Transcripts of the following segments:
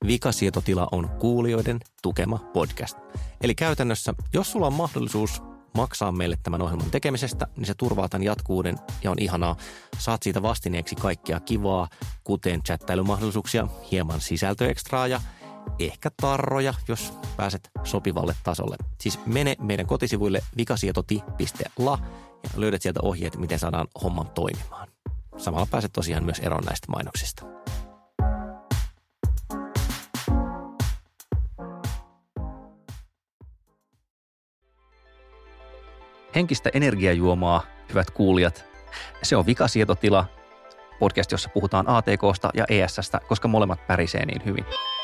Vikasietotila on kuulijoiden tukema podcast. Eli käytännössä, jos sulla on mahdollisuus maksaa meille tämän ohjelman tekemisestä, niin se turvaa tämän jatkuuden ja on ihanaa. Saat siitä vastineeksi kaikkea kivaa, kuten chattailumahdollisuuksia, hieman sisältöekstraa ja ehkä tarroja, jos pääset sopivalle tasolle. Siis mene meidän kotisivuille vikasietoti.la ja löydät sieltä ohjeet, miten saadaan homman toimimaan. Samalla pääset tosiaan myös eroon näistä mainoksista. Henkistä energiajuomaa, hyvät kuulijat. Se on Vikasietotila, podcast, jossa puhutaan ATK:sta ja ES:stä, koska molemmat pärisee niin hyvin.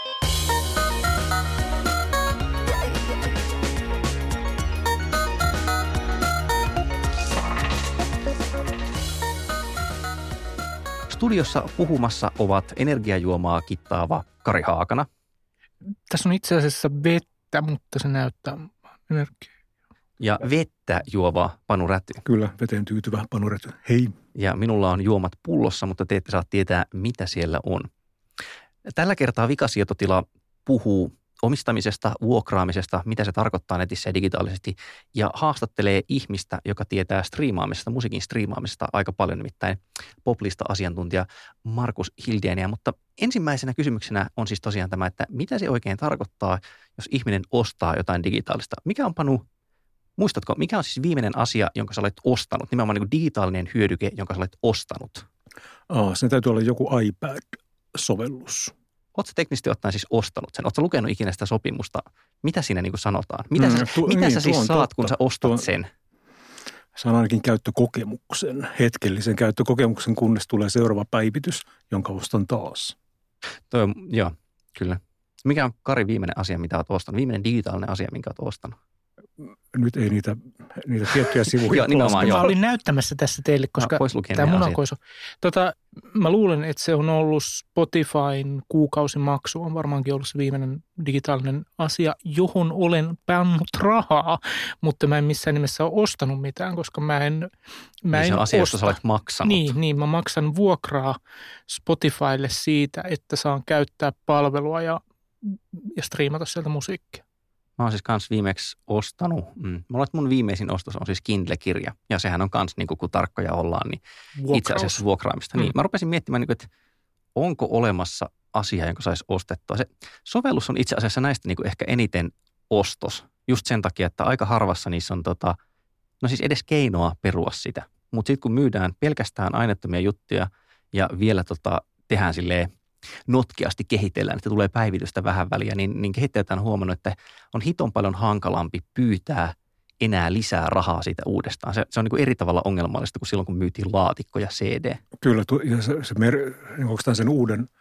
Studiossa puhumassa ovat energiajuomaa kittaava Kari Haakana. Tässä on itse asiassa vettä, mutta se näyttää energiaa. Ja vettä juova Panu Räty. Kyllä, veteen tyytyvä Panu Räty. Hei. Ja minulla on juomat pullossa, mutta te ette saa tietää, mitä siellä on. Tällä kertaa Vikasietotila puhuu omistamisesta, vuokraamisesta, mitä se tarkoittaa netissä ja digitaalisesti, ja haastattelee ihmistä, joka tietää striimaamisesta, musiikin striimaamisesta aika paljon, nimittäin Poplista-asiantuntija Markus Hildeniä. Mutta ensimmäisenä kysymyksenä on siis tosiaan tämä, että mitä se oikein tarkoittaa, jos ihminen ostaa jotain digitaalista? Mikä on, Panu, muistatko, mikä on siis viimeinen asia, jonka sä olet ostanut, nimenomaan niin kuin digitaalinen hyödyke, jonka sä olet ostanut? Sen täytyy olla joku iPad-sovellus. Oletko teknisesti ottaen siis ostanut sen? Oletko lukenut ikinä sitä sopimusta? Mitä siinä niin kuin sanotaan? Mitä sä siis saat, totta, kun sä ostat sen? Saan ainakin käyttökokemuksen, hetkellisen käyttökokemuksen, kunnes tulee seuraava päivitys, jonka ostan taas. Joo, kyllä. Mikä on, Kari, viimeinen asia, mitä olet ostanut? Viimeinen digitaalinen asia, minkä olet ostanut? Nyt ei niitä tiettyjä sivuja. Mä olin näyttämässä tässä teille, koska tämä munakoisu. Mä luulen, että se on ollut Spotifyn kuukausimaksu, on varmaankin ollut se viimeinen digitaalinen asia, johon olen pannut rahaa, mutta mä en missään nimessä ole ostanut mitään, koska mä en se on asia, josta sä olet maksanut. Niin, mä maksan vuokraa Spotifylle siitä, että saan käyttää palvelua ja striimata sieltä musiikkia. Mä oon siis kans viimeksi ostanut, mun viimeisin ostos on siis Kindle-kirja, ja sehän on kans, niin kun tarkkoja ollaan, niin itse asiassa vuokraamista. Niin, mä rupesin miettimään, että onko olemassa asia, jonka saisi ostettua. Se sovellus on itse asiassa näistä niin ehkä eniten ostos, just sen takia, että aika harvassa niissä on siis edes keinoa perua sitä. Mutta sitten kun myydään pelkästään aineettomia juttuja ja vielä tehdään silleen, notkeasti kehitellään, että tulee päivitystä vähän väliä, niin kehittäjät on huomannut, että on hiton paljon hankalampi pyytää enää lisää rahaa siitä uudestaan. Se on niin kuin eri tavalla ongelmallista kuin silloin, kun myytiin laatikko ja CD. Kyllä, ja oikeastaan sen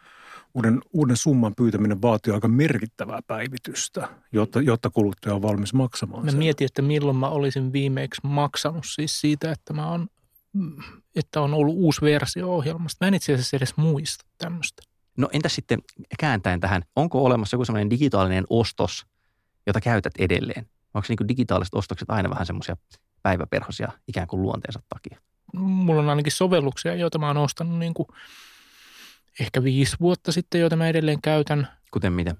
uuden summan pyytäminen vaatii aika merkittävää päivitystä, jotta kuluttaja on valmis maksamaan. Mä mietin, että milloin mä olisin viimeksi maksanut siis siitä, että on ollut uusi versio ohjelmasta. Mä en itse asiassa edes muista tämmöistä. No entäs sitten kääntäen tähän, onko olemassa joku sellainen digitaalinen ostos, jota käytät edelleen? Onko niin kuin digitaaliset ostokset aina vähän semmoisia päiväperhosia ikään kuin luonteensa takia? Mulla on ainakin sovelluksia, joita mä oon ostanut niin kuin ehkä 5 vuotta sitten, joita mä edelleen käytän. Kuten mitä?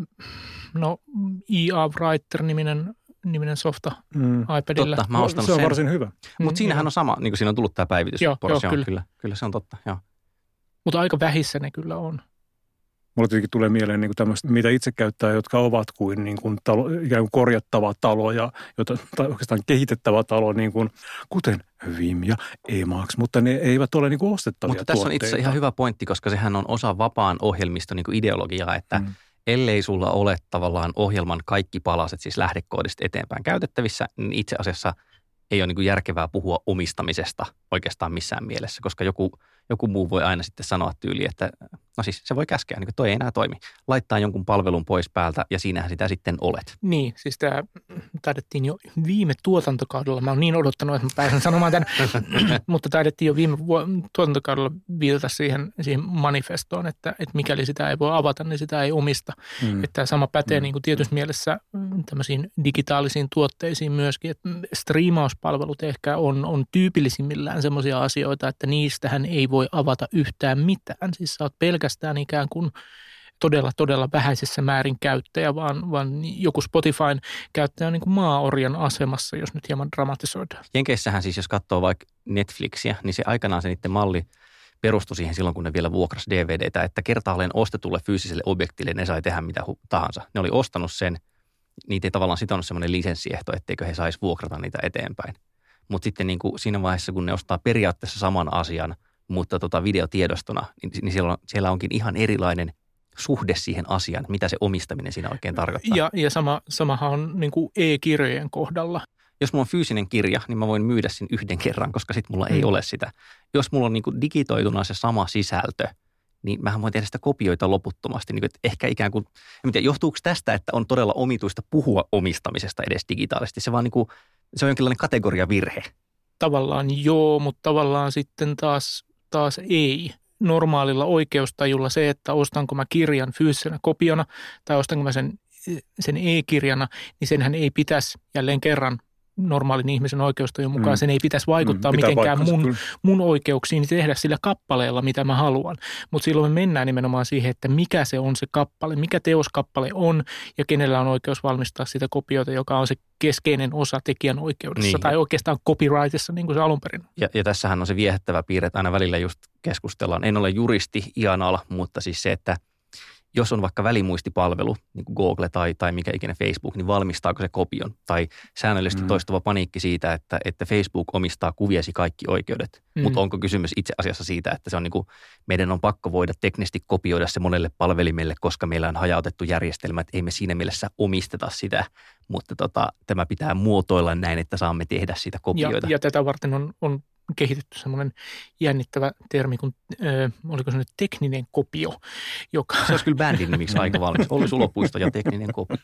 EA Writer-niminen softa iPadilla. Totta, mä oon ostanut se on sen. varsin hyvä. Mutta siinähän on sama, niin kuin siinä on tullut tämä päivitys. Joo, kyllä se on totta, joo. Mutta aika vähissä ne kyllä on. Mulla tietenkin tulee mieleen niin kuin tämmöistä, mitä itse käyttää, jotka ovat kuin, ikään kuin korjattava talo tai oikeastaan kehitettävä talo, niin kuin, kuten Vim ja Emacs, mutta ne eivät ole niin kuin ostettavia tuotteita. Mutta tässä on itse asiassa ihan hyvä pointti, koska sehän on osa vapaan ohjelmiston niin kuin ideologiaa, että ellei sulla ole tavallaan ohjelman kaikki palaset, siis lähdekoodista eteenpäin käytettävissä, niin itse asiassa ei ole niin kuin järkevää puhua omistamisesta oikeastaan missään mielessä, koska joku muu voi aina sitten sanoa tyyliin, että no siis se voi käskeä, niin kuin toi ei enää toimi. Laittaa jonkun palvelun pois päältä ja siinähän sitä sitten olet. Niin, siis tämä taidettiin jo viime tuotantokaudella, mä oon niin odottanut, että mä pääsen sanomaan tämän, mutta taidettiin jo viime tuotantokaudella viitata siihen manifestoon, että mikäli sitä ei voi avata, niin sitä ei omista. Että tämä sama pätee niin kuin tietyssä mielessä tämmöisiin digitaalisiin tuotteisiin myöskin, että striimauspalvelut ehkä on tyypillisimmillään semmoisia asioita, että niistähän ei voi avata yhtään mitään. Siis sä oot pelkästään ikään kuin todella vähäisessä määrin käyttäjä, vaan joku Spotifyn käyttäjä on niin kuin maaorjan asemassa, jos nyt hieman dramatisoidaan. Jenkeissähän siis, jos katsoo vaikka Netflixiä, niin se aikanaan se niiden malli perustui siihen silloin, kun ne vielä vuokrasi DVDtä, että kertaalleen ostetulle fyysiselle objektille ne sai tehdä mitä tahansa. Ne oli ostanut sen, niitä ei tavallaan sitonut semmoinen lisenssiehto, etteikö he saisi vuokrata niitä eteenpäin. Mutta sitten niin kuin siinä vaiheessa, kun ne ostaa periaatteessa saman asian, mutta videotiedostona, niin siellä onkin ihan erilainen suhde siihen asiaan, mitä se omistaminen siinä oikein tarkoittaa. Ja samahan on niin kuin e-kirjojen kohdalla. Jos mulla on fyysinen kirja, niin mä voin myydä sen yhden kerran, koska sitten mulla ei ole sitä. Jos mulla on niin kuin digitoituna se sama sisältö, niin mähän voin tehdä sitä kopioita loputtomasti. Niin kuin, että ehkä ikään kuin, en tiedä, johtuuko tästä, että on todella omituista puhua omistamisesta edes digitaalisesti. Se vaan niin kuin, se on jonkinlainen kategoriavirhe. Tavallaan joo, mutta tavallaan sitten taas ei. Normaalilla oikeustajulla se, että ostanko mä kirjan fyysisenä kopiona tai ostanko mä sen e-kirjana, niin senhän ei pitäisi jälleen kerran normaalin ihmisen oikeustajun mukaan, sen ei pitäisi vaikuttaa mitenkään mun oikeuksiin tehdä sillä kappaleella, mitä mä haluan. Mutta silloin me mennään nimenomaan siihen, että mikä se on se kappale, mikä teoskappale on ja kenellä on oikeus valmistaa sitä kopiota, joka on se keskeinen osa tekijän oikeudessa tai oikeastaan copyrightissa, niin kuin se alun perin. Ja tässähän on se viehättävä piirre, että aina välillä just keskustellaan. En ole juristi Ianala, mutta siis se, että jos on vaikka välimuistipalvelu, niin kuin Google tai mikä ikinä Facebook, niin valmistaako se kopion? Tai säännöllisesti toistuva paniikki siitä, että Facebook omistaa kuviesi kaikki oikeudet. Mutta onko kysymys itse asiassa siitä, että se on niin kuin, meidän on pakko voida teknisesti kopioida se monelle palvelimelle, koska meillä on hajautettu järjestelmä, että ei me siinä mielessä omisteta sitä, mutta tämä pitää muotoilla näin, että saamme tehdä sitä kopioita. Ja tätä varten on kehitetty semmoinen jännittävä termi kuin, oliko se nyt tekninen kopio, joka... Se olisi kyllä bändin nimiksi aika valmis. Olli Sulopuisto ja tekninen kopio.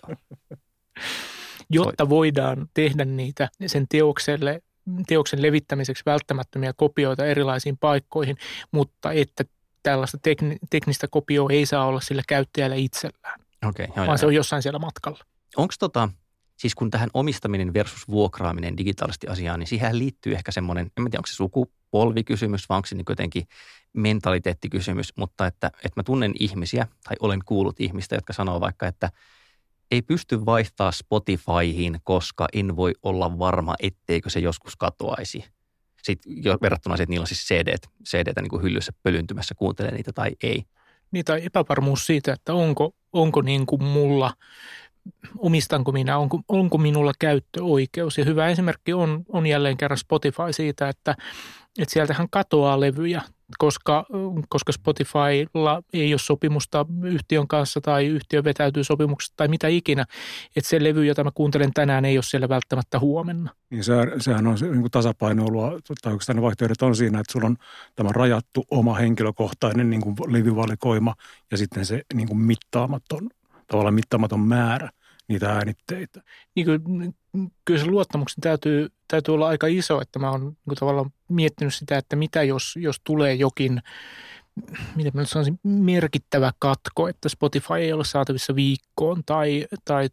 Jotta voidaan tehdä niitä sen teoksen levittämiseksi välttämättömiä kopioita erilaisiin paikkoihin, mutta että tällaista teknistä kopioa ei saa olla sillä käyttäjällä itsellään, vaan se on jossain siellä matkalla. Onko siis kun tähän omistaminen versus vuokraaminen digitaalisesti asiaan, niin siihen liittyy ehkä semmoinen, en tiedä onko se sukupolvikysymys vai onko se niin jotenkin mentaliteettikysymys, mutta että mä tunnen ihmisiä tai olen kuullut ihmistä, jotka sanoo vaikka, että ei pysty vaihtaa Spotifyhin, koska en voi olla varma, etteikö se joskus katoaisi. Sitten jo verrattuna siihen, että niillä on siis CDtä niin kuin hyllyssä pölyntymässä, kuuntelee niitä tai ei. Niin tai epävarmuus siitä, että onko niin kuin mulla... Omistanko minä, onko minulla käyttöoikeus. Ja hyvä esimerkki on jälleen kerran Spotify siitä, että sieltähän katoaa levyjä, koska Spotifylla ei ole sopimusta yhtiön kanssa tai yhtiö vetäytyy sopimuksesta tai mitä ikinä. Että se levy, jota mä kuuntelen tänään, ei ole siellä välttämättä huomenna. Niin sehän on niin kuin tasapainoilua, tai oikeastaan ne vaihtoehdot on siinä, että sulla on tämä rajattu oma henkilökohtainen niin kuin levyvalikoima ja sitten se niin kuin mittaamaton määrä niitä äänitteitä. Niin kyllä se luottamuksen täytyy olla aika iso, että mä oon niin tavallaan miettinyt sitä, että mitä jos tulee jokin, miten mä nyt sanoisin, merkittävä katko, että Spotify ei ole saatavissa viikkoon tai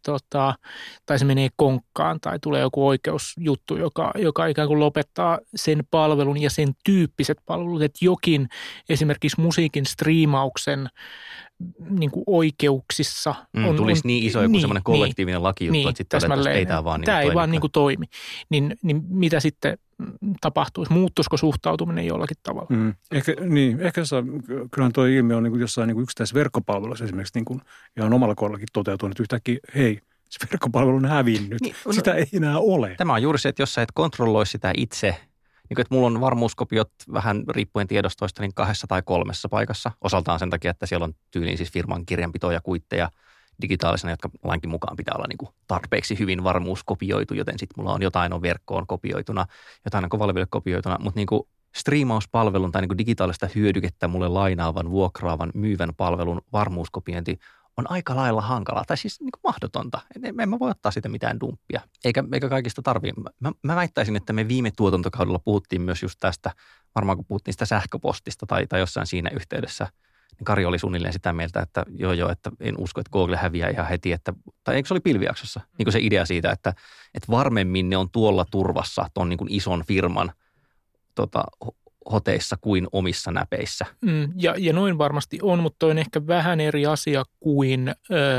se menee konkkaan tai tulee joku oikeusjuttu, joka ikään kuin lopettaa sen palvelun ja sen tyyppiset palvelut, että jokin esimerkiksi musiikin striimauksen niin kuin oikeuksissa tulisi niin iso joku semmoinen kollektiivinen lakijuttu, että sitten tämä ei vaan niin kuin toimi. Niin mitä sitten tapahtuisi? Muuttuisiko suhtautuminen jollakin tavalla? Ehkä kyllähän tuo ilmiö on niin kuin jossain niin kuin yksittäisessä verkkopalvelussa esimerkiksi niin kuin ihan omalla kohdallakin toteutunut, että yhtäkkiä hei, se verkkopalvelu on hävinnyt. Sitä ei enää ole. Tämä on juuri se, että jos sä et kontrolloi sitä itse, niin kuin, että mulla on varmuuskopiot vähän riippuen tiedostoista niin 2 tai 3 paikassa. Osaltaan sen takia, että siellä on tyyliin siis firman kirjanpitoja ja kuitteja digitaalisena, jotka lainkin mukaan pitää olla niin kuin tarpeeksi hyvin varmuuskopioitu, joten sitten mulla on jotain verkkoon kopioituna, jotain on kovaleville kopioituna, mutta niin kuin striimauspalvelun tai niin kuin digitaalista hyödykettä mulle lainaavan, vuokraavan, myyvän palvelun varmuuskopiointi on aika lailla hankalaa, tai siis niin kuin mahdotonta. En mä voi ottaa siitä mitään dumppia, eikä kaikista tarvitse. Mä väittäisin, että me viime tuotantokaudella puhuttiin myös just tästä, varmaan kun puhuttiin sitä sähköpostista tai jossain siinä yhteydessä, niin Kari oli suunnilleen sitä mieltä, että että en usko, että Google häviää ihan heti, tai eikö se oli pilvijaksossa, niin kuin se idea siitä, että varmemmin ne on tuolla turvassa ton niin kuin ison firman hoteissa kuin omissa näpeissä. Ja noin varmasti on, mutta on ehkä vähän eri asia kuin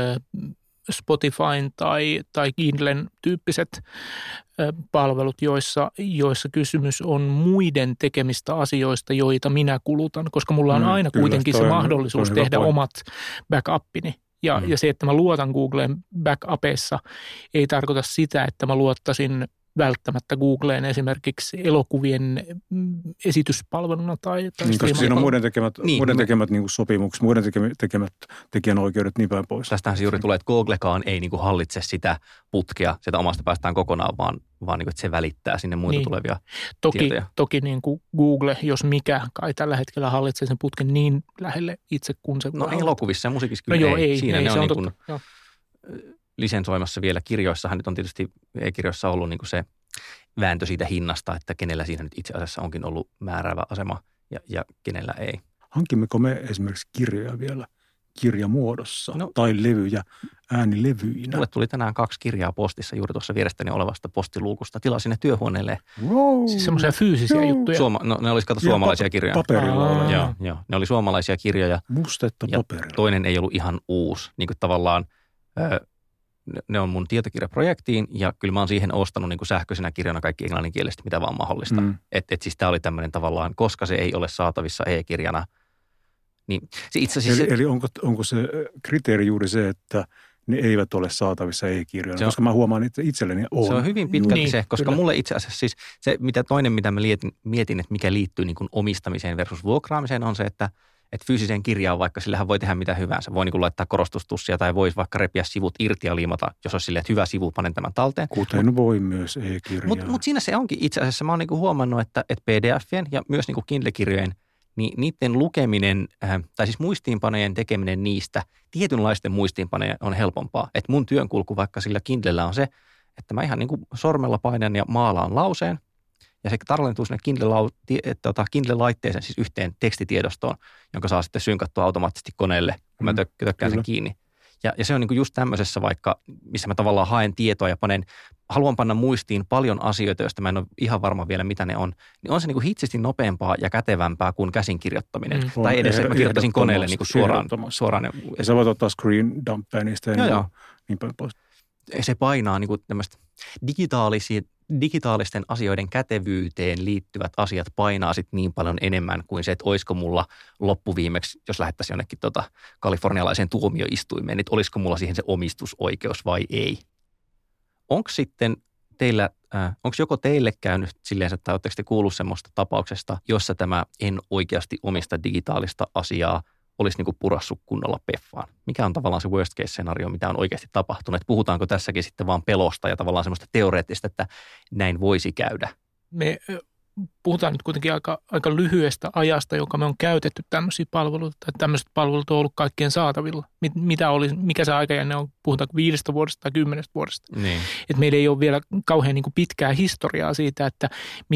Spotifyn tai Kindlen tyyppiset palvelut, joissa kysymys on muiden tekemistä asioista, joita minä kulutan, koska mulla on aina kuitenkin se mahdollisuus tehdä omat backupini. Ja se, että mä luotan Googleen backupeissa, ei tarkoita sitä, että mä luottaisin välttämättä Googleen esimerkiksi elokuvien esityspalveluna tai niin, koska siinä on muiden tekemät niin kuin sopimukset, muiden tekemät tekijänoikeudet niin päin pois. Tästähän se juuri tulee, että Googlekaan ei niin kuin hallitse sitä putkea, sitä omasta päästään kokonaan, vaan niin kuin, että se välittää sinne muita tulevia tietoja. Toki niin kuin Google, jos mikä, kai tällä hetkellä hallitsee sen putken niin lähelle itse kuin se. No elokuvissa ja musiikissa kyllä ei. Siinä ne on niin kuin lisensoimassa vielä. Kirjoissahan nyt on tietysti e-kirjoissa ollut niin kuin se vääntö siitä hinnasta, että kenellä siinä nyt itse asiassa onkin ollut määräävä asema ja kenellä ei. Hankimmeko me esimerkiksi kirjoja vielä kirjamuodossa tai levyjä äänilevyinä? Mulle tuli tänään 2 kirjaa postissa juuri tuossa vierestäni olevasta postiluukusta. Tilasin ne työhuoneelle. Wow. Siis semmoisia fyysisiä juttuja? Ne olisi suomalaisia kirjoja. Paperilla. Joo, ne oli suomalaisia kirjoja. Mustetta paperilla. Toinen ei ollut ihan uusi. Niin kuin tavallaan ne on mun tietokirjaprojektiin ja kyllä mä oon siihen ostanut niin kuin sähköisenä kirjana kaikki englanninkielistä, mitä vaan mahdollista. Et siis tää oli tämmöinen tavallaan, koska se ei ole saatavissa e-kirjana. Niin se itse asiassa eli onko se kriteeri juuri se, että ne eivät ole saatavissa e-kirjoina? Koska mä huomaan, että itselleni on. Se on hyvin pitkälti se, koska kyllä. Mulle itse asiassa siis se, mitä mä mietin, että mikä liittyy niin kuin omistamiseen versus vuokraamiseen on se, että fyysiseen kirjaan vaikka sillähän voi tehdä mitä hyvänsä. Voi niin kuin laittaa korostustussia tai voisi vaikka repiä sivut irti ja liimata, jos olisi silleen, että hyvä sivu, panen tämän talteen. Kuten voi myös e-kirjaa. Mutta siinä se onkin itse asiassa. Mä oon niin kuin huomannut, että PDFien ja myös niin kuin Kindle-kirjojen, niin niiden lukeminen, tai siis muistiinpanojen tekeminen niistä, tietynlaisten muistiinpanojen on helpompaa. Että mun työnkulku vaikka sillä Kindlellä on se, että mä ihan niin kuin sormella painan ja maalaan lauseen, ja se tallentuu sinne Kindle-laitteeseen, siis yhteen tekstitiedostoon, jonka saa sitten synkattua automaattisesti koneelle, kun mä tökkään sen kiinni. Ja se on niinku just tämmöisessä vaikka, missä mä tavallaan haen tietoa ja haluan panna muistiin paljon asioita, joista mä en ole ihan varma vielä, mitä ne on. Niin on se niinku hitsisti nopeampaa ja kätevämpää kuin käsin kirjoittaminen. Tai edes, että mä kirjoittaisin koneelle niinku suoraan. Ja sä voit ottaa screen dumppia niistä niin päin pois. Se painaa niinku tämmöistä digitaalisten asioiden kätevyyteen liittyvät asiat painaa sitten niin paljon enemmän kuin se, että olisiko mulla loppuviimeksi, jos lähettäisiin jonnekin kalifornialaiseen tuomioistuimeen, niin olisiko mulla siihen se omistusoikeus vai ei. Onko sitten teillä, onko joko teille käynyt silleen, että oletteko te kuullut semmoista tapauksesta, jossa tämä en oikeasti omista digitaalista asiaa olisi niin kuin purassut kunnolla peffaan? Mikä on tavallaan se worst case scenario, mitä on oikeasti tapahtunut? Puhutaanko tässäkin sitten vaan pelosta ja tavallaan semmoista teoreettista, että näin voisi käydä? Me puhutaan nyt kuitenkin aika lyhyestä ajasta, joka me on käytetty tämmöisiä palveluita, tai tämmöiset palvelut on ollut kaikkien saatavilla. Mikä se aikajänne on, puhutaanko 5 vuodesta tai 10 vuodesta. Niin. Et meillä ei ole vielä kauhean niin kuin pitkää historiaa siitä, että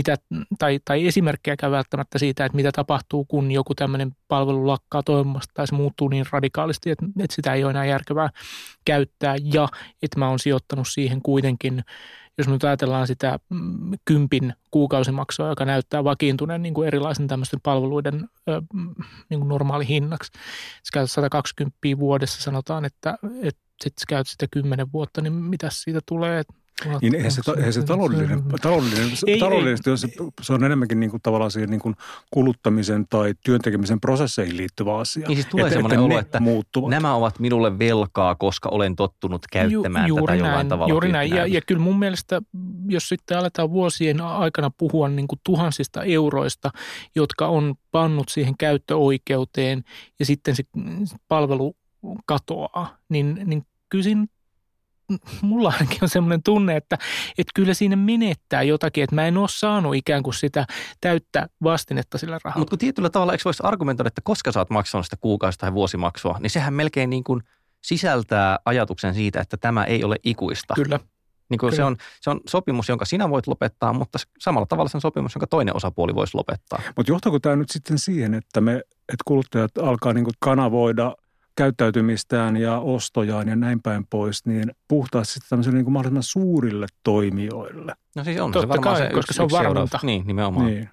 tai esimerkkejäkään välttämättä siitä, että mitä tapahtuu, kun joku tämmöinen palvelu lakkaa toimimasta tai se muuttuu niin radikaalisti, että sitä ei ole enää järkevää käyttää ja että mä oon sijoittanut siihen kuitenkin. Jos nyt ajatellaan sitä 10 kuukausimaksua, joka näyttää vakiintuneen niin kuin erilaisen tämmöisten palveluiden niin kuin normaali hinnaksi. Sä käytät 120 vuodessa, sanotaan, että sitten sä käytät sitä 10 vuotta, niin mitäs siitä tulee? Niin eihän se taloudellisesti se on enemmänkin niin kuin tavallaan siihen niin kuin kuluttamisen tai työntekemisen prosesseihin liittyvä asia. Niin siis tulee semmoinen olo, että nämä ovat minulle velkaa, koska olen tottunut käyttämään tätä jollain tavalla. Juuri näin. Ja kyllä mun mielestä, jos sitten aletaan vuosien aikana puhua niin kuin tuhansista euroista, jotka on pannut siihen käyttöoikeuteen ja sitten se palvelu katoaa, niin kyllä siinä mulla ainakin on semmoinen tunne, että kyllä siinä menettää jotakin, että mä en ole saanut ikään kuin sitä täyttä vastinetta sillä rahalla. Mutta kun tietyllä tavalla eikö voisi argumentoida, että koska sä oot maksanut sitä kuukausi- tai vuosimaksua, niin sehän melkein niin kuin sisältää ajatuksen siitä, että tämä ei ole ikuista. Kyllä. Niin kuin Kyllä. Se on sopimus, jonka sinä voit lopettaa, mutta samalla tavalla se on sopimus, jonka toinen osapuoli voisi lopettaa. Mutta johtaako tämä nyt sitten siihen, että kuluttajat alkaa niin kuin kanavoida käyttäytymistään ja ostojaan ja näin päin pois, niin puhtaasti sitten tämmöisille niin kuin mahdollisimman suurille toimijoille. No siis on totta se varmaan kai, se koska se on varmuutta. Niin, nimenomaan. Niin.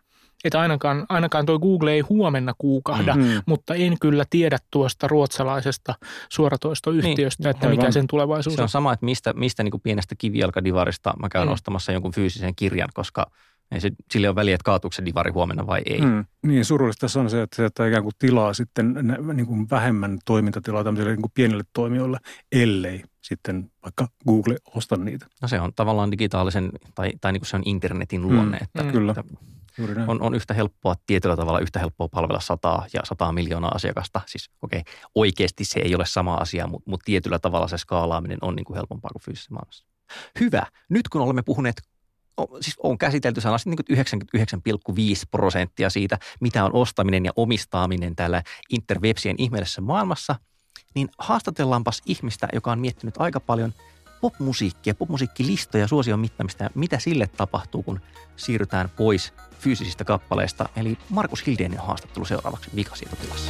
Että ainakaan toi Google ei huomenna kuukahda, mutta en kyllä tiedä tuosta ruotsalaisesta suoratoistoyhtiöstä, että mikä sen tulevaisuus on. Se on sama, että mistä niin kuin pienestä kivijalkadivarista mä käyn ostamassa jonkun fyysisen kirjan, koska ei sille ole väliä, että kaatuuko se divari huomenna vai ei. Niin, surullista tässä on se, että ikään kuin tilaa sitten niin kuin vähemmän toimintatilaa tämmöisille niin kuin pienille toimijoille, ellei sitten vaikka Google osta niitä. No se on tavallaan digitaalisen tai niin kuin se on internetin luonne. Että, kyllä. On yhtä helppoa, tietyllä tavalla yhtä helppoa palvella 100 miljoonaa asiakasta. Siis oikeasti se ei ole sama asia, mutta tietyllä tavalla se skaalaaminen on niin kuin helpompaa kuin fyysisessä maailmassa. Hyvä. Nyt kun olemme puhuneet, siis on käsitelty sanasti niin 99,5% siitä, mitä on ostaminen ja omistaminen täällä interwebsien ihmeellisessä maailmassa, niin haastatellaanpas ihmistä, joka on miettinyt aika paljon popmusiikkia, popmusiikkilistoja, suosion mittaamista ja mitä sille tapahtuu, kun siirrytään pois fyysisistä kappaleista. Eli Markus Hildenin haastattelu seuraavaksi Vikasietotilassa.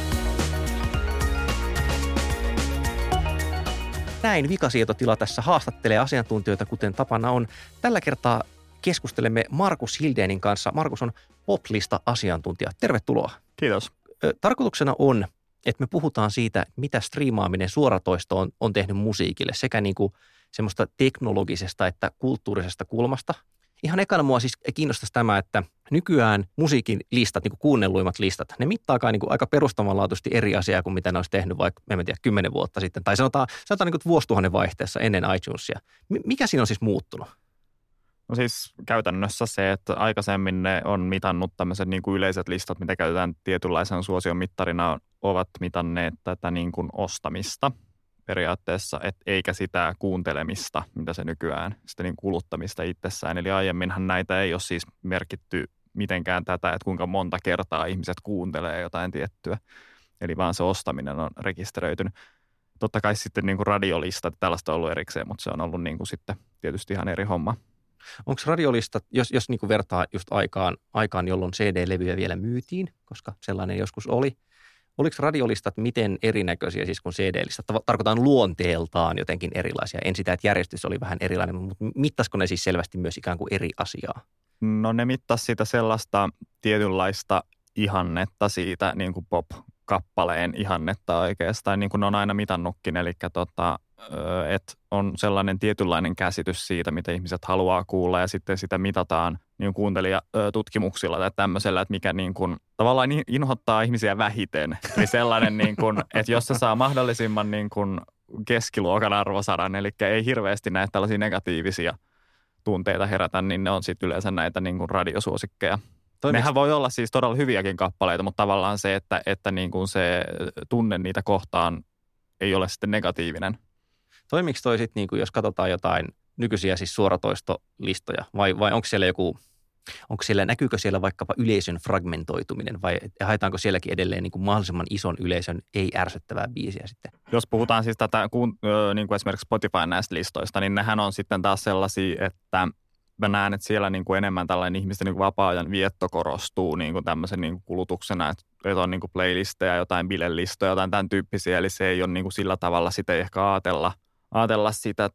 Näin Vikasietotila tässä haastattelee asiantuntijoita, kuten tapana on. Tällä kertaa keskustelemme Markus Hildenin kanssa. Markus on poplista-asiantuntija. Tervetuloa. Kiitos. Tarkoituksena on, että me puhutaan siitä, mitä striimaaminen suoratoisto on tehnyt musiikille sekä niin kuin semmoista teknologisesta että kulttuurisesta kulmasta. Ihan ekana mua siis kiinnostaisi tämä, että nykyään musiikin listat, niin kuin kuunnelluimmat listat, ne mittaakaan niin kuin aika perustavanlaatuisesti eri asiaa kuin mitä ne olisi tehnyt vaikka, en tiedä, 10 vuotta sitten. Tai sanotaan niin kuin vuosituhannen vaihteessa ennen iTunesia. Mikä siinä on siis muuttunut? No siis käytännössä se, että aikaisemmin ne on mitannut tämmöiset niin kuin yleiset listat, mitä käytetään tietynlaisen suosion mittarina, ovat mitanneet tätä niin kuin ostamista periaatteessa, eikä sitä kuuntelemista, mitä se nykyään, sitä niin kuluttamista itsessään. Eli aiemminhan näitä ei ole siis merkitty mitenkään tätä, että kuinka monta kertaa ihmiset kuuntelee jotain tiettyä. Eli vaan se ostaminen on rekisteröitynyt. Totta kai sitten niin kuin radiolistat, tällaista on ollut erikseen, mutta se on ollut niin kuin sitten tietysti ihan eri homma. Onko radiolistat, jos niin kuin vertaa just aikaan, jolloin CD-levyjä vielä myytiin, koska sellainen joskus oli, oliko radiolistat miten erinäköisiä siis kuin CD-listat? Tarkoitan luonteeltaan jotenkin erilaisia. En sitä, että järjestys oli vähän erilainen, mutta mittaisiko ne siis selvästi myös ikään kuin eri asiaa? No ne mittasi sitä sellaista tietynlaista ihannetta siitä niin kuin pop-kappaleen ihannetta oikeastaan, niin kuin ne on aina mitannutkin. Eli että on sellainen tietynlainen käsitys siitä, mitä ihmiset haluaa kuulla ja sitten sitä mitataan niin kuuntelijatutkimuksilla tai tämmöisellä, että mikä niin kuin, tavallaan inhottaa ihmisiä vähiten. Eli sellainen, niin kuin, että jos se saa mahdollisimman niin kuin keskiluokan arvosadan, eli ei hirveästi näitä tällaisia negatiivisia tunteita herätä, niin ne on sitten yleensä näitä niin kuin radiosuosikkeja. Nehän voi olla siis todella hyviäkin kappaleita, mutta tavallaan se, että niin kuin se tunne niitä kohtaan ei ole sitten negatiivinen. Toimiko toi sitten, niin jos katsotaan jotain nykyisiä siis suoratoistolistoja, vai näkyykö siellä vaikkapa yleisön fragmentoituminen, vai haetaanko sielläkin edelleen niin kuin mahdollisimman ison yleisön ei-ärsyttävää biisiä sitten? Jos puhutaan siis niin kuin esimerkiksi Spotify näistä listoista, niin nehän on sitten taas sellaisia, että mä näen, että siellä niin kuin enemmän tällainen ihmisten niin kuin vapaa-ajan vietto korostuu niin kuin tämmöisen niin kuin kulutuksena, että on niin kuin playlisteja, jotain bilelistoja, jotain tämän tyyppisiä, eli se ei ole niin kuin sillä tavalla sitä ei ehkä ajatella sitä,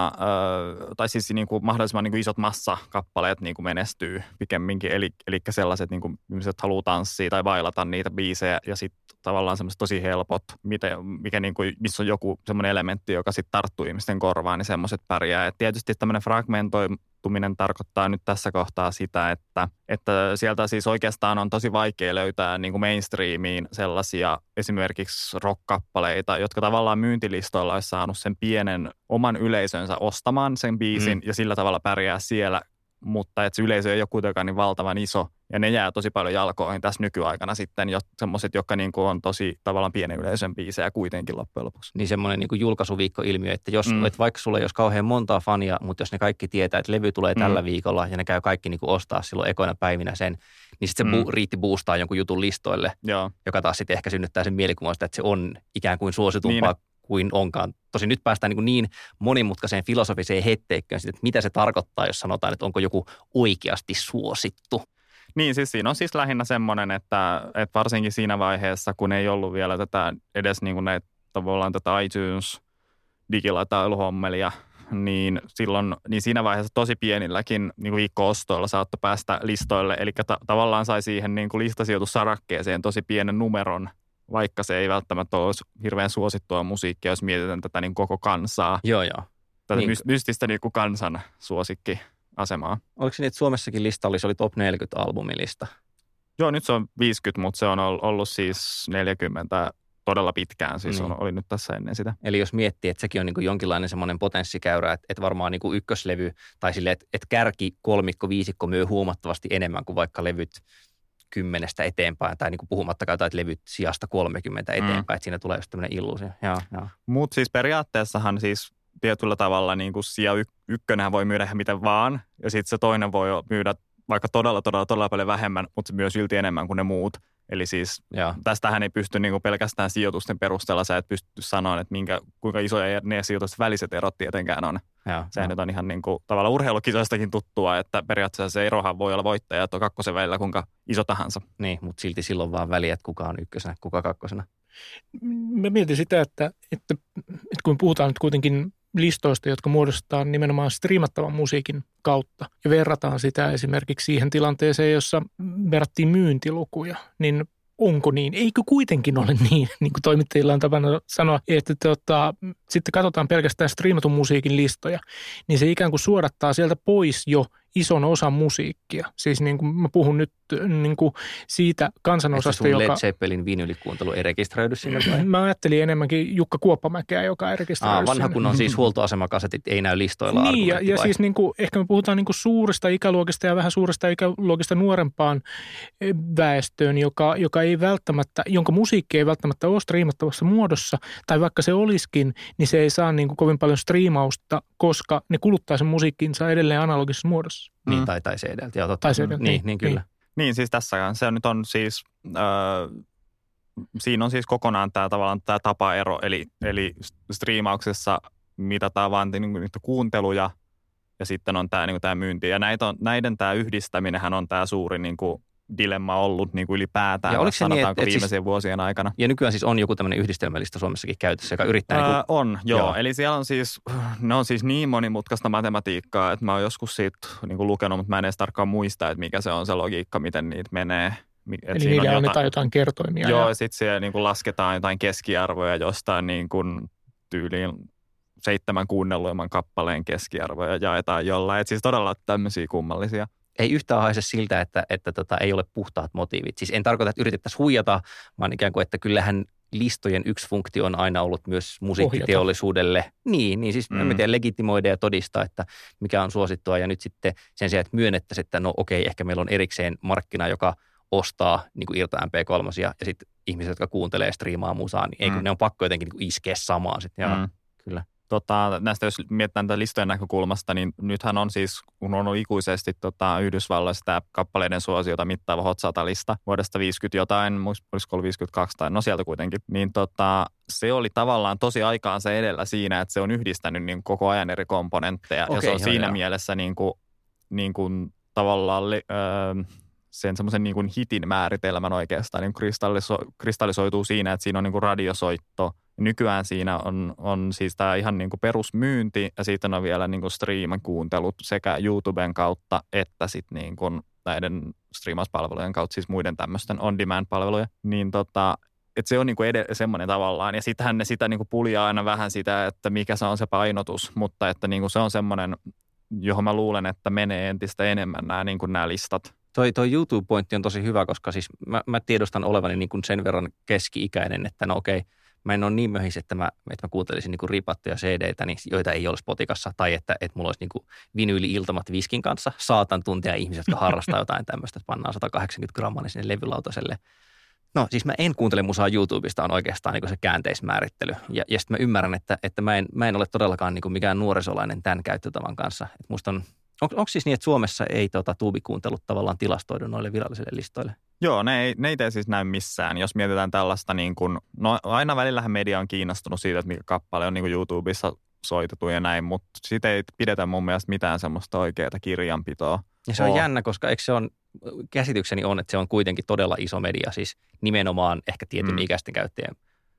tai siis niin kuin mahdollisimman niin kuin isot massakappaleet niin kuin menestyy pikemminkin, eli sellaiset niin kuin ihmiset haluaa tanssia tai bailata niitä biisejä, ja sitten tavallaan semmoiset tosi helpot, mikä niin kuin, missä on joku semmoinen elementti, joka sitten tarttuu ihmisten korvaan, niin semmoiset pärjää. Et tietysti tämmöinen fragmentoituminen tarkoittaa nyt tässä kohtaa sitä, että sieltä siis oikeastaan on tosi vaikea löytää niin kuin mainstreamiin sellaisia esimerkiksi rock-kappaleita, jotka tavallaan myyntilistoilla olisi saanut sen pienen oman yleisönsä ostamaan sen biisin ja sillä tavalla pärjää siellä, mutta että se yleisö ei ole kuitenkaan niin valtavan iso. Ja ne jää tosi paljon jalkoihin tässä nykyaikana sitten, semmoiset, jotka niin kuin on tosi tavallaan pienen yleisön biisejä kuitenkin loppujen lopuksi. Niin semmoinen niin kuin julkaisuviikkoilmiö, että jos että vaikka sulla ei olisi kauhean montaa fania, mutta jos ne kaikki tietää, että levy tulee tällä viikolla ja ne käy kaikki niin kuin ostaa silloin ekoina päivinä sen, niin sitten se riitti boostaa jonkun jutun listoille, joka taas sitten ehkä synnyttää sen mielikuvasta, että se on ikään kuin suositumpaa kuin onkaan. Tosin nyt päästään niin monimutkaiseen filosofiseen hetteikköön, että mitä se tarkoittaa, jos sanotaan, että onko joku oikeasti suosittu. Niin, siis siinä on siis lähinnä semmoinen, että varsinkin siinä vaiheessa, kun ei ollut vielä tätä edes niin kuin näitä tavallaan tätä iTunes digilatailuhommelia niin silloin niin siinä vaiheessa tosi pienilläkin niin kuin viikko-ostoilla saattoi päästä listoille. Eli tavallaan sai siihen niin kuin listasijoitussarakkeeseen tosi pienen numeron, vaikka se ei välttämättä ole hirveän suosittua musiikkia, jos mietitään tätä niin koko kansaa. Joo. Tätä mystistä niin kuin kansan suosikkiasemaa. Oliko se niin, että Suomessakin lista oli top 40 albumilista? Joo, nyt se on 50, mutta se on ollut siis 40 todella pitkään. Siis oli nyt tässä ennen sitä. Eli jos miettii, että sekin on niin kuin jonkinlainen semmoinen potenssikäyrä, että varmaan niin kuin ykköslevy tai silleen, että kärki, kolmikko, viisikko myy huomattavasti enemmän kuin vaikka levyt 10 eteenpäin, tai niin kuin puhumattakaan jotain levyt sijasta 30 eteenpäin, että siinä tulee just tämmöinen illuusio. Mutta siis periaatteessahan siis tietyllä tavalla niin kuin sija ykkönenhän voi myydä ihan miten vaan, ja sitten se toinen voi myydä vaikka todella paljon vähemmän, mutta myös silti enemmän kuin ne muut. Eli siis tästähän ei pysty niin kuin pelkästään sijoitusten perusteella, sä et pysty sanoa, että kuinka isoja ne sijoitusten väliset erot tietenkään on. Sehän nyt on ihan niin kuin tavallaan urheilukisoistakin tuttua, että periaatteessa se erohan voi olla voittaja, että on kakkosen välillä kuinka iso tahansa. Niin, mutta silti silloin vaan väliä, että kuka on ykkösenä, kuka kakkosena. Mä mietin sitä, että kun puhutaan nyt kuitenkin listoista, jotka muodostetaan nimenomaan striimattavan musiikin kautta ja verrataan sitä esimerkiksi siihen tilanteeseen, jossa verrattiin myyntilukuja, niin onko niin? Eikö kuitenkin ole niin kuin toimittajilla on tapana sanoa, että sitten katsotaan pelkästään striimatun musiikin listoja, niin se ikään kuin suodattaa sieltä pois jo ison osan musiikkia. Siis niin kuin mä puhun nyt niin kuin siitä kansanosasta, joka... Led Zeppelin viinylikuuntelu ei rekisteröidy sinne vai? Mä ajattelin enemmänkin Jukka Kuoppamäkeä, joka ei rekisteröidy vanha sinne. kun on siis huoltoasemakasetit, ei näy listoilla. Niin, ja siis niin kuin, ehkä me puhutaan niin kuin suuresta ikäluokista ja vähän suuresta ikäluokista nuorempaan väestöön, joka ei välttämättä, jonka musiikki ei välttämättä ole striimattavassa muodossa, tai vaikka se olisikin, niin se ei saa niin kuin kovin paljon striimausta, koska ne kuluttaa sen musiikkinsa edelleen analogisessa muodossa. Niin, tai CD-ltä. Tai CD-ltä. Niin, kyllä. Niin, siis tässäkään. Se nyt on siis, siinä on siis kokonaan tämä tavallaan tämä tapaero, eli striimauksessa mitataan vaan niitä kuunteluja ja sitten on tämä, niin tämä myynti. Ja näiden tämä yhdistäminenhän on tämä suuri niin kuin dilemma ollut niin kuin ylipäätään, sanotaanko niin, viimeisien vuosien aikana. Ja nykyään siis on joku tämmöinen yhdistelmällistä Suomessakin käytössä, joka yrittää... On, joo. Eli siellä on siis, ne on siis niin monimutkaista matematiikkaa, että mä oon joskus siitä niin kuin lukenut, mutta mä en edes tarkkaan muista, että mikä se on se logiikka, miten niitä menee. Eli niille annetaan jotain kertoimia. Joo, ja sitten siellä niin kuin lasketaan jotain keskiarvoja jostain niin kuin tyyliin 7 kuunnelluimman kappaleen keskiarvoja jaetaan jollain. Että siis todella tämmöisiä kummallisia. Ei yhtään haise siltä, että ei ole puhtaat motiivit. Siis en tarkoita, että yritettäisiin huijata, vaan ikään kuin, että kyllähän listojen yksi funktio on aina ollut myös musiikkiteollisuudelle. Niin siis me tiedän legitimoida ja todistaa, että mikä on suosittua. Ja nyt sitten sen sijaan, että myönnettäisiin, että no okei, ehkä meillä on erikseen markkina, joka ostaa niin kuin irta MP3 ja sitten ihmiset, jotka kuuntelee ja striimaa musaa, niin ei kun ne on pakko jotenkin niin kuin iskeä samaan sitten. Kyllä. Näistä jos mietitään tätä listojen näkökulmasta, niin nythän on siis, kun on ollut ikuisesti Yhdysvalloissa tämä kappaleiden suosiota mittaava Hot 100-lista vuodesta 50 jotain, olisiko ollut 52 tai no sieltä kuitenkin, niin se oli tavallaan tosi aikaansa edellä siinä, että se on yhdistänyt niin koko ajan eri komponentteja. Ja se on siinä mielessä niin kuin tavallaan sen semmoisen niin kuin hitin määritelmän oikeastaan niin kristallisoituu siinä, että siinä on niin kuin radiosoitto. Nykyään siinä on siis tämä ihan niin kuin perusmyynti ja sitten on vielä niin kuin striimakuuntelut sekä YouTuben kautta että sitten niin kuin näiden striimauspalvelujen kautta, siis muiden tämmöisten on-demand-palveluja. Niin että se on niin kuin semmoinen tavallaan. Ja sittenhän ne sitä niin kuin puljaa aina vähän sitä, että mikä se on se painotus, mutta että niin kuin se on semmoinen, johon mä luulen, että menee entistä enemmän nämä listat. Toi YouTube-pointti on tosi hyvä, koska siis mä tiedostan olevani niin kuin sen verran keski-ikäinen, että no okei, mä en ole niin möhis, että mä kuuntelisin niin kuin ripattuja CD-tä, niin, joita ei ole Spotikassa, tai että mulla olisi niin kuin vinyyli-iltamat viskin kanssa. Saatan tuntea ihmisiä, jotka harrastaa jotain tämmöistä, että pannaan 180 grammaa sinne levylautaselle. No siis mä en kuuntele musaa YouTubesta, on oikeastaan niin kuin se käänteismäärittely. Ja sitten mä ymmärrän, että mä en ole todellakaan niin kuin mikään nuorisolainen tämän käyttötavan kanssa. Et musta onko siis niin, että Suomessa ei tuubikuuntelut tavallaan tilastoidu noille virallisille listoille? Joo, ne ei tee siis näy missään. Jos mietitään tällaista, niin kuin, no aina välillähän media on kiinnostunut siitä, että mikä kappale on niin kuin YouTubessa soitettu ja näin, mutta siitä ei pidetä mun mielestä mitään semmoista oikeaa kirjanpitoa. Ja se on jännä, koska eikö se on, käsitykseni on, että se on kuitenkin todella iso media, siis nimenomaan ehkä tietyn ikäisten käyttäjien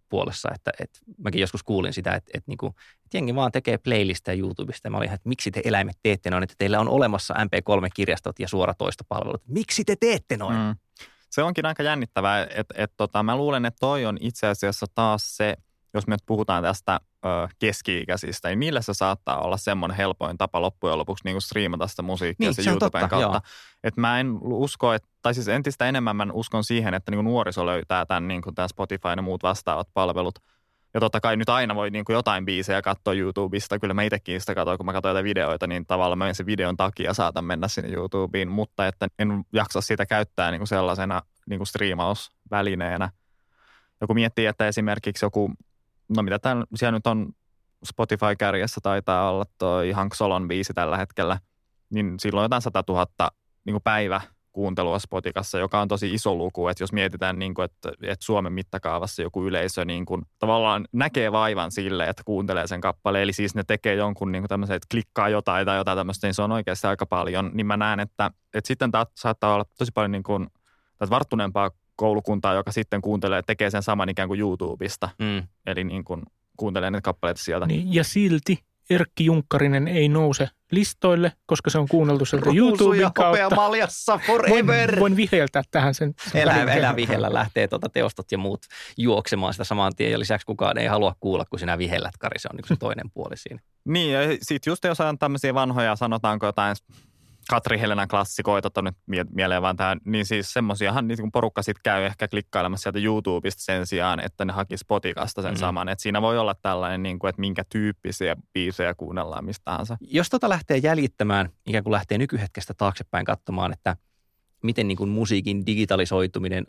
puolessa, että mäkin joskus kuulin sitä, että jengi vaan tekee playlisteja YouTubesta ja mä olin, että miksi te eläimet teette noin, että teillä on olemassa MP3-kirjastot ja suoratoistopalvelut. Miksi te teette noin? Se onkin aika jännittävää, että mä luulen, että toi on itse asiassa taas se, jos me nyt puhutaan tästä keski-ikäisistä, niin niillä se saattaa olla semmoinen helpoin tapa loppujen lopuksi niin kuin striimata sitä musiikkia niin, se YouTuben kautta. Että mä en usko, tai siis entistä enemmän mä uskon siihen, että niin kuin nuoriso löytää tämän, niin kuin tämä Spotify ja muut vastaavat palvelut. Ja totta kai nyt aina voi niin kuin jotain biisejä katsoa YouTubesta. Kyllä mä itsekin sitä katsoin, kun mä katsoin jotain videoita, niin tavallaan mä sen videon takia saatan mennä sinne YouTubeen, mutta että en jaksa sitä käyttää niin kuin sellaisena niin kuin striimausvälineenä. Joku miettii, että esimerkiksi joku, no mitä siellä nyt on Spotify-kärjessä taitaa olla toi Hank Solon biisi tällä hetkellä, niin silloin jotain 100 000 niin kuin päivä kuuntelua Spotikassa, joka on tosi iso luku, että jos mietitään, niin kuin, että Suomen mittakaavassa joku yleisö niin kuin, tavallaan näkee vaivan sille, että kuuntelee sen kappaleen, eli siis ne tekee jonkun niin kuin tämmöisen, että klikkaa jotain tai jotain tämmöistä, niin se on oikeasti aika paljon, niin mä näen, että sitten saattaa olla tosi paljon niin kuin, varttuneempaa koulukuntaa, joka sitten kuuntelee, tekee sen saman ikään kuin YouTubesta, eli niin kuin kuuntelee ne kappaleita sieltä. Niin, ja silti Erkki Junkkarinen ei nouse listoille, koska se on kuunneltu sieltä YouTuben kautta. Maljassa forever. Voin viheltää tähän sen. Elä vihellä, lähtee teostot ja muut juoksemaan sitä saman tien. Ja lisäksi kukaan ei halua kuulla, kun sinä vihellät, Kari. Se on niin se toinen puoli siinä. Niin, ja sitten just jos on tämmöisiä vanhoja, sanotaanko jotain Katri Helenan klassikoita, nyt mieleen vaan tähän, niin siis semmoisiahan niin kun porukka sitten käy ehkä klikkailemassa sieltä YouTubesta sen sijaan, että ne haki Spotikasta sen saman. Että siinä voi olla tällainen, niin kuin, että minkä tyyppisiä biisejä kuunnellaan mistä tahansa. Jos lähtee jäljittämään, ikään kuin lähtee nykyhetkestä taaksepäin katsomaan, että miten niin kuin musiikin digitalisoituminen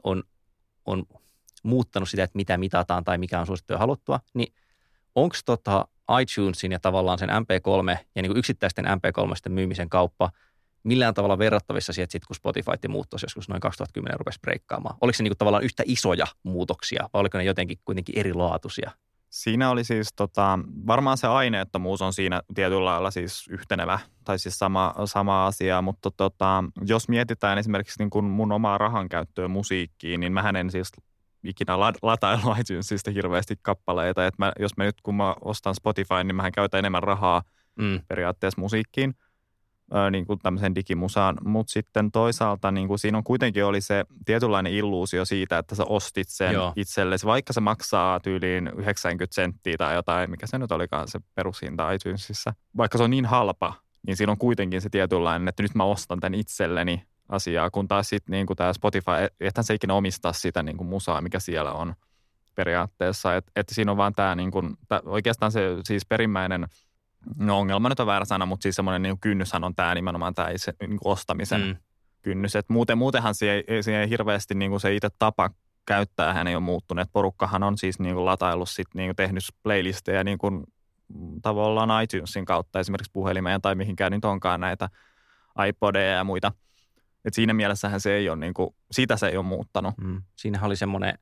on muuttanut sitä, että mitä mitataan tai mikä on suosittua ja haluttua, niin onko iTunesin ja tavallaan sen MP3 ja niin kuin yksittäisten MP3 myymisen kauppa millään tavalla verrattavissa siihen, kun Spotify ja muut tosiaan joskus noin 2010 rupesi breikkaamaan? Oliko se niin kuin tavallaan yhtä isoja muutoksia vai oliko ne jotenkin kuitenkin erilaatuisia? Siinä oli siis varmaan se aineettomuus on siinä tietyllä lailla siis yhtenevä tai siis sama asia, mutta jos mietitään esimerkiksi niin kuin mun omaa rahan käyttöä musiikkiin, niin mähän en siis ikinä latailu iTunesista hirveästi kappaleita, että kun mä ostan Spotify, niin mähän käytän enemmän rahaa periaatteessa musiikkiin, niin kuin tämmöiseen digimusaan, mutta sitten toisaalta niin kuin siinä on kuitenkin oli se tietynlainen illuusio siitä, että sä ostit sen itsellesi, vaikka se maksaa tyyliin 90 senttiä tai jotain, mikä se nyt olikaan se perushinta iTunesissa. Vaikka se on niin halpa, niin siinä on kuitenkin se tietynlainen, että nyt mä ostan tämän itselleni asiaa, kun taas sitten niin tämä Spotify, ethän se ikinä omistaa sitä niin kuin musaa, mikä siellä on periaatteessa. Että siinä on vaan tämä niin kuin, oikeastaan se siis perimmäinen, no ongelma nyt on väärä sana, mutta siis semmoinen niin kynnyshän on tämä nimenomaan tämä itse niin kuin ostamisen kynnys. Että muutenhan se ei hirveästi niin kuin se itse tapa käyttää, hän ei ole muuttunut. Et porukkahan on siis niin kuin lataillut sitten niin kuin tehnyt playlisteja niin kuin tavallaan iTunesin kautta esimerkiksi puhelimeen tai mihinkään nyt onkaan näitä iPodeja ja muita. Et siinä mielessähän se ei ole niin kuin, sitä se ei ole muuttanut. Siinähän oli semmoinen,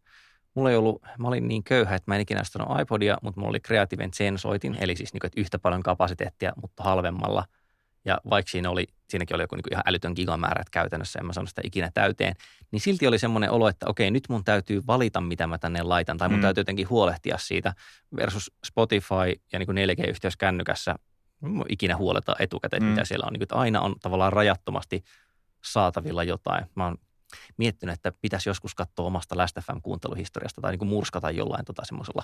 mä olin niin köyhä, että mä en ikinä ostanut iPodia, mutta mulla oli Creativen Zen-soitin, eli siis niin kuin, että yhtä paljon kapasiteettia, mutta halvemmalla. Ja vaikka siinäkin oli joku niin kuin ihan älytön gigamäärä, että käytännössä en mä saanut sitä ikinä täyteen, niin silti oli semmoinen olo, että okei, nyt mun täytyy valita, mitä mä tänne laitan, tai mun täytyy jotenkin huolehtia siitä, versus Spotify ja niin kuin 4G-yhteys kännykässä, mä ikinä huoleta etukäteen, mitä siellä on. Niin kuin, että aina on tavallaan rajattomasti saatavilla jotain. Mä oon miettinyt, että pitäisi joskus katsoa omasta Last FM-kuunteluhistoriasta tai niin kuin murskata jollain semmoisella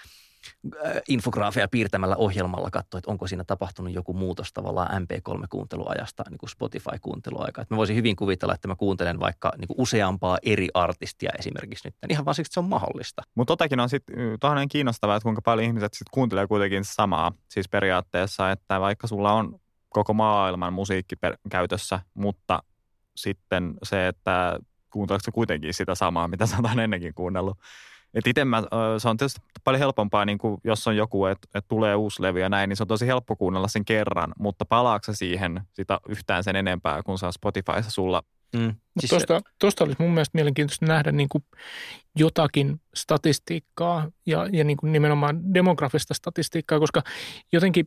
infograafia piirtämällä ohjelmalla katsoa, että onko siinä tapahtunut joku muutos tavallaan MP3-kuunteluajasta niin kuin Spotify-kuunteluaikaa. Mä voisin hyvin kuvitella, että mä kuuntelen vaikka niin kuin useampaa eri artistia esimerkiksi nyt. Ihan vaan siksi, että se on mahdollista. Mutta totakin on sitten toinen kiinnostavaa, että kuinka paljon ihmiset sitten kuuntelee kuitenkin samaa. Siis periaatteessa, että vaikka sulla on koko maailman musiikki käytössä, mutta sitten se, että kuunteletko sä kuitenkin sitä samaa, mitä sä oot ennenkin kuunnellut. Että itse se on tietysti paljon helpompaa, niin kuin jos on joku, että tulee uusi levy ja näin, niin se on tosi helppo kuunnella sen kerran, mutta palaatko sä siihen sitä yhtään sen enempää, kun sä Spotifyssa sulla Siis tuosta olisi mun mielestä mielenkiintoista nähdä niin kuin jotakin statistiikkaa ja niin kuin nimenomaan demografista statistiikkaa, koska jotenkin,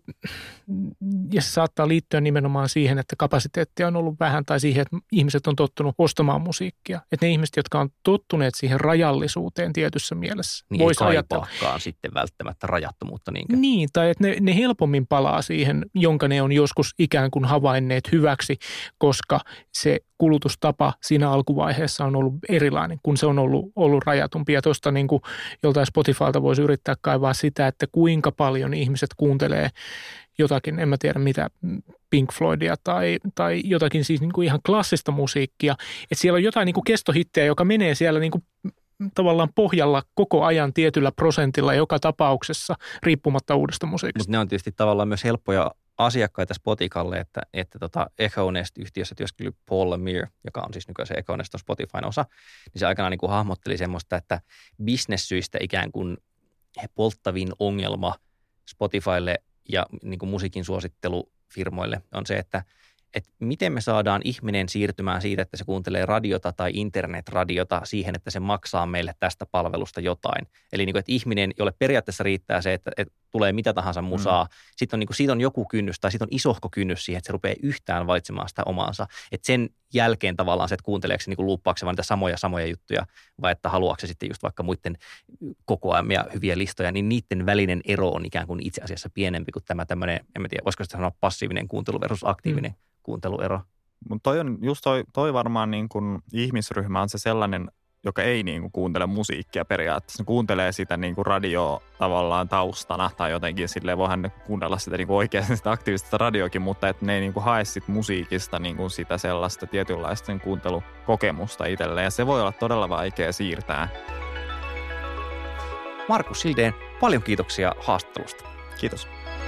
ja se saattaa liittyä nimenomaan siihen, että kapasiteettia on ollut vähän tai siihen, että ihmiset on tottunut ostamaan musiikkia. Että ne ihmiset, jotka on tottuneet siihen rajallisuuteen tietyssä mielessä. Niin ei kaipaakaan sitten välttämättä rajattomuutta niinkään. Niin, tai että ne helpommin palaa siihen, jonka ne on joskus ikään kuin havainneet hyväksi, koska se kulutustapa siinä alkuvaiheessa on ollut erilainen, kun se on ollut rajatumpi. Ja tuosta niin kuin joltain Spotifylta voisi yrittää kaivaa sitä, että kuinka paljon ihmiset kuuntelee jotakin, en mä tiedä mitä, Pink Floydia tai jotakin siis niin kuin ihan klassista musiikkia. Että siellä on jotain niin kuin kestohittejä, joka menee siellä niin kuin tavallaan pohjalla koko ajan tietyllä prosentilla joka tapauksessa, riippumatta uudesta musiikista. Mutta ne on tietysti tavallaan myös helppoja asiakkaita Spoticalle, että Echo Nest-yhtiössä työskentely Paul Lemire, joka on siis nykyään se Echo Nest on Spotifyn osa, niin se aikanaan niin kuin hahmotteli semmoista, että business-syistä ikään kuin polttavin ongelma Spotifylle ja niin kuin musiikin suosittelufirmoille on se, että miten me saadaan ihminen siirtymään siitä, että se kuuntelee radiota tai internetradiota siihen, että se maksaa meille tästä palvelusta jotain. Eli niin kuin, että ihminen, jolle periaatteessa riittää se, että tulee mitä tahansa musaa, sitten on, niin kuin, siitä on joku kynnys tai siitä on isohko kynnys siihen, että se rupeaa yhtään valitsemaan sitä omaansa. Että sen jälkeen tavallaan se, että kuunteleeko se niin kuin luuppaako vaan niitä samoja juttuja vai että haluaako se sitten just vaikka muiden kokoamia hyviä listoja, niin niiden välinen ero on ikään kuin itse asiassa pienempi kuin tämä tämmöinen, en tiedä, voisiko sitä sanoa passiivinen kuuntelu versus aktiivinen kuunteluero. Mutta toi on just toi varmaan niin kuin ihmisryhmä on se sellainen, joka ei niin kuin kuuntele musiikkia periaatteessa. Ne kuuntelee sitä niin kuin radioa tavallaan taustana tai jotenkin silleen voihan ne kuunnella sitä niin kuin oikeasti sitä aktiivista radioakin, mutta että ne ei niin kuin hae sit musiikista niin kuin sitä sellaista tietynlaista sen kuuntelukokemusta itselleen. Ja se voi olla todella vaikea siirtää. Markus Sildén, paljon kiitoksia haastattelusta. Kiitos.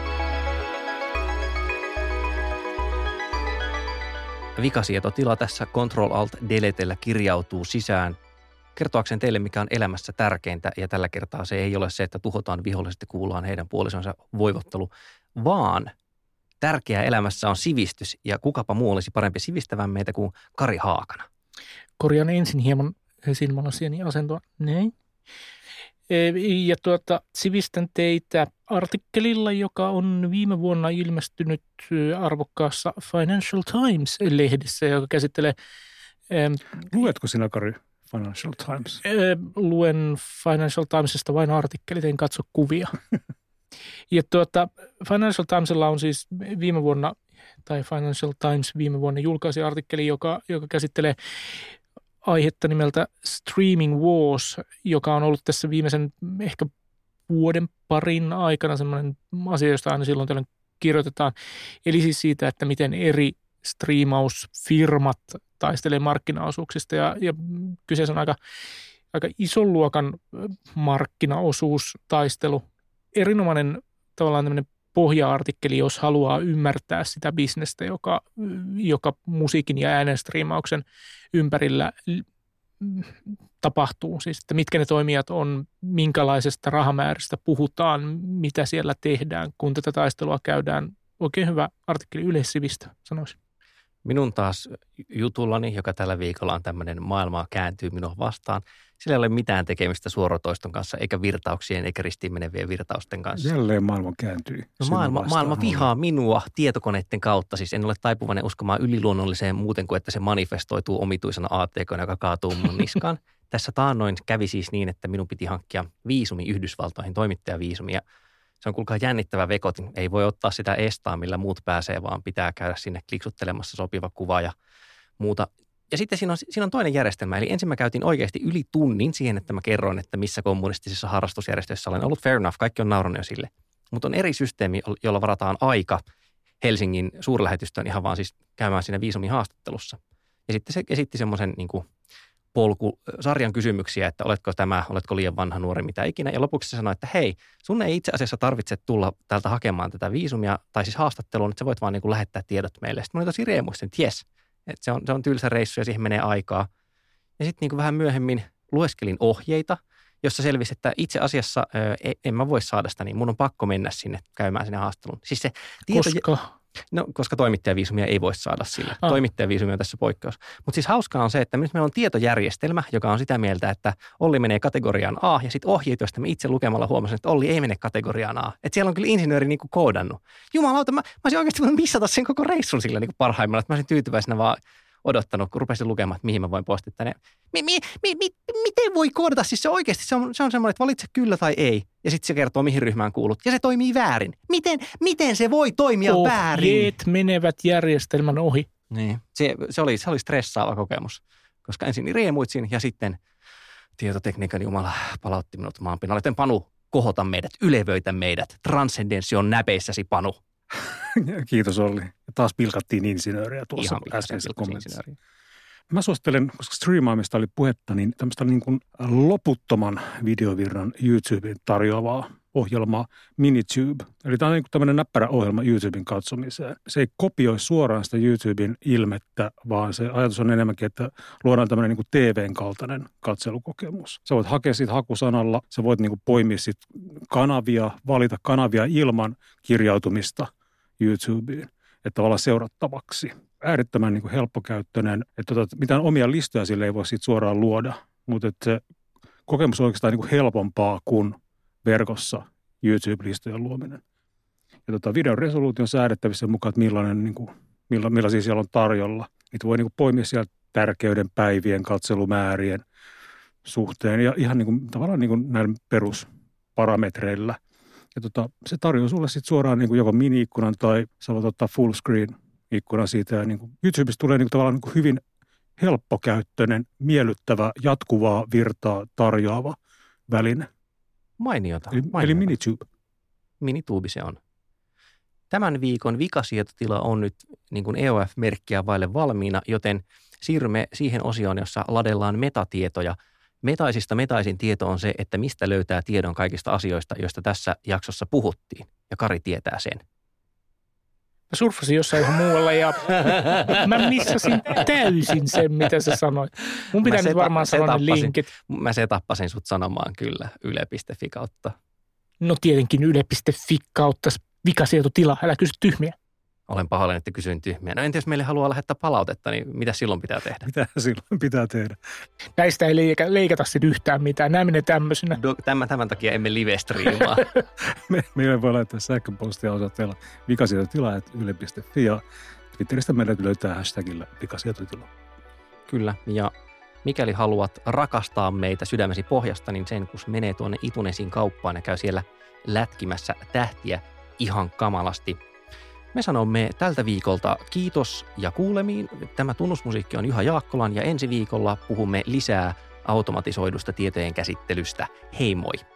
Vikasietotila tässä Ctrl-Alt-Deletellä kirjautuu sisään kertoakseen teille, mikä on elämässä tärkeintä, ja tällä kertaa se ei ole se, että tuhotaan viholliset ja kuullaan heidän puolisonsa voivottelu, vaan tärkeää elämässä on sivistys, ja kukapa muu olisi parempi sivistävän meitä kuin Kari Haakana. Korjaan ensin hieman silmälasieni asentoa. Näin. Ja sivistän teitä artikkelilla, joka on viime vuonna ilmestynyt arvokkaassa Financial Times-lehdessä, joka käsittelee... Luetko sinä, Kari, Financial Times? Luen Financial Timesista vain artikkelit, en katso kuvia. Ja Financial Timesilla on siis viime vuonna, tai Financial Times viime vuonna julkaisi artikkeli, joka käsittelee aihetta nimeltä Streaming Wars, joka on ollut tässä viimeisen ehkä vuoden parin aikana semmoinen asia, josta aina silloin tällöin kirjoitetaan. Eli siis siitä, että miten eri striimausfirmat taistelee markkinaosuuksista ja kyseessä on aika ison luokan markkinaosuustaistelu. Erinomainen tavallaan tämmöinen pohja-artikkeli, jos haluaa ymmärtää sitä bisnestä, joka musiikin ja äänenstriimauksen ympärillä tapahtuu. Siis, että mitkä ne toimijat on, minkälaisesta rahamääristä puhutaan, mitä siellä tehdään, kun tätä taistelua käydään. Oikein hyvä artikkeli, yleissivistä, sanoisin. Minun taas jutullani, joka tällä viikolla on tämmöinen maailmaa kääntyy minua vastaan, sillä ei ole mitään tekemistä suoratoiston kanssa, eikä virtauksien, eikä ristiin menevien virtausten kanssa. Jälleen maailma kääntyy. No maailma vihaa minua tietokoneiden kautta. Siis en ole taipuvainen uskomaan yliluonnolliseen muuten kuin, että se manifestoituu omituisena ATK:na, joka kaatuu mun niskaan. Tässä taannoin kävi siis niin, että minun piti hankkia viisumi Yhdysvaltoihin, toimittajaviisumi. Ja se on kuulkaa jännittävä vekotin. Ei voi ottaa sitä estaa, millä muut pääsee, vaan pitää käydä sinne kliksuttelemassa sopiva kuva ja muuta. Ja sitten siinä on toinen järjestelmä. Eli ensin mä käytin oikeasti yli tunnin siihen, että mä kerroin, että missä kommunistisessa harrastusjärjestöissä olen ollut. Fair enough, kaikki on naurannut jo sille. Mutta on eri systeemi, jolla varataan aika Helsingin suurlähetystöön ihan vaan siis käymään siinä viisumin haastattelussa. Ja sitten se esitti semmoisen niin kuin sarjan kysymyksiä, että oletko liian vanha, nuori, mitä ikinä. Ja lopuksi se sanoi, että hei, sun ei itse asiassa tarvitse tulla täältä hakemaan tätä viisumia tai siis haastatteluun, että sä voit vaan niin kuin lähettää tiedot meille. Sitten mä olin tosi riemuista, että jes, että se on tylsä reissu ja siihen menee aikaa. Ja sitten niin kuin vähän myöhemmin lueskelin ohjeita, jossa selvisi, että itse asiassa en mä voi saada sitä, niin mun on pakko mennä sinne käymään sinne haastatteluun. Siis se Koska? No, koska toimittajaviisumia ei voi saada sillä. Toimittajaviisumia on tässä poikkeus. Mutta siis hauskaa on se, että nyt meillä on tietojärjestelmä, joka on sitä mieltä, että Olli menee kategoriaan A, ja sitten ohjeet, joista me itse lukemalla huomasin, että Olli ei mene kategoriaan A. Että siellä on kyllä insinööri niin kuin koodannut. Jumalauta, mä olisin oikeasti voinut missata sen koko reissun sillä niin kuin parhaimmalla. Että mä olisin tyytyväisenä vaan odottanut, kun rupesin lukemaan, että mihin mä voin postittaa ne. Miten voi koodata? Siis se oikeasti, se on semmoinen, että valitse kyllä tai ei. Ja sitten se kertoo, mihin ryhmään kuulut. Ja se toimii väärin. Miten se voi toimia väärin? Ohjeet menevät järjestelmän ohi. Niin. Se oli stressaava kokemus. Koska ensin riemuitsin ja sitten tietotekniikan jumala palautti minut maanpinnalle. Joten Panu, kohota meidät, ylevöitä meidät. Transcendenssi on näpeissäsi, Panu. Kiitos Olli. Taas pilkattiin insinööriä tuossa äskeisessä kommentissa. Mä suosittelen, koska striimaamista oli puhetta, niin tämmöistä niin kuin loputtoman videovirran YouTuben tarjoavaa ohjelmaa Minitube. Eli tämä on niin tämmöinen näppärä ohjelma YouTuben katsomiseen. Se ei kopioi suoraan sitä YouTuben ilmettä, vaan se ajatus on enemmänkin, että luodaan tämmöinen niin kuin TVn kaltainen katselukokemus. Sä voit hakea siitä hakusanalla, sä voit niin kuin poimia sit kanavia, valita kanavia ilman kirjautumista YouTubeen, että tavallaan seurattavaksi. Äärettömän niin kuin helppokäyttöinen, että mitään omia listoja sille ei voi siitä suoraan luoda, mutta että se kokemus on oikeastaan niin kuin helpompaa kuin verkossa YouTube-listojen luominen. Ja videon resoluution säädettävissä mukaan, että millaisia siellä on tarjolla. Niitä voi niin kuin poimia sieltä tärkeyden päivien, katselumäärien suhteen ja ihan niin kuin, tavallaan niin kuin näillä perusparametreillä. Ja se tarjoaa sulle sitten suoraan niin kuin joko mini-ikkunan tai sä voit ottaa full screen ikkunan siitä. Ja niin kuin YouTubesta tulee niin kuin tavallaan niin kuin hyvin helppokäyttöinen, miellyttävä, jatkuvaa virtaa tarjoava väline. Mainiota. Eli Minitube. Minitube se on. Tämän viikon vikasietotila on nyt niin kuin EOF-merkkiä vaille valmiina, joten siirrymme siihen osioon, jossa ladellaan metatietoja. Metaisista metaisin tieto on se, että mistä löytää tiedon kaikista asioista, joista tässä jaksossa puhuttiin. Ja Kari tietää sen. Mä surffasin jossain ihan muualla ja mä missasin täysin sen, mitä sä sanoit. Mun pitää nyt varmaan sanoa ne linkit. Mä setappasin sut sanomaan kyllä yle.fi kautta. No tietenkin yle.fi kautta vikasietotila, älä kysy tyhmiä. Olen pahoillani, että kysyin tyhmiä. No entä jos meille haluaa lähettää palautetta, niin mitä silloin pitää tehdä? Mitä silloin pitää tehdä? Näistä ei leikata sit yhtään mitään. Nämä menee tämmöisenä. Tämän takia emme live-striimaa. Meille voi laittaa sähköpostia osoitteella vikasietotila@yle.fi ja Twitteristä meidät löytää hashtagillä vikasietotila. Kyllä, ja mikäli haluat rakastaa meitä sydämesi pohjasta, niin sen kun menee tuonne Itunesin kauppaan ja käy siellä lätkimässä tähtiä ihan kamalasti. Me sanomme tältä viikolta kiitos ja kuulemiin. Tämä tunnusmusiikki on Juha Jaakkolan ja ensi viikolla puhumme lisää automatisoidusta tietojen käsittelystä. Hei moi!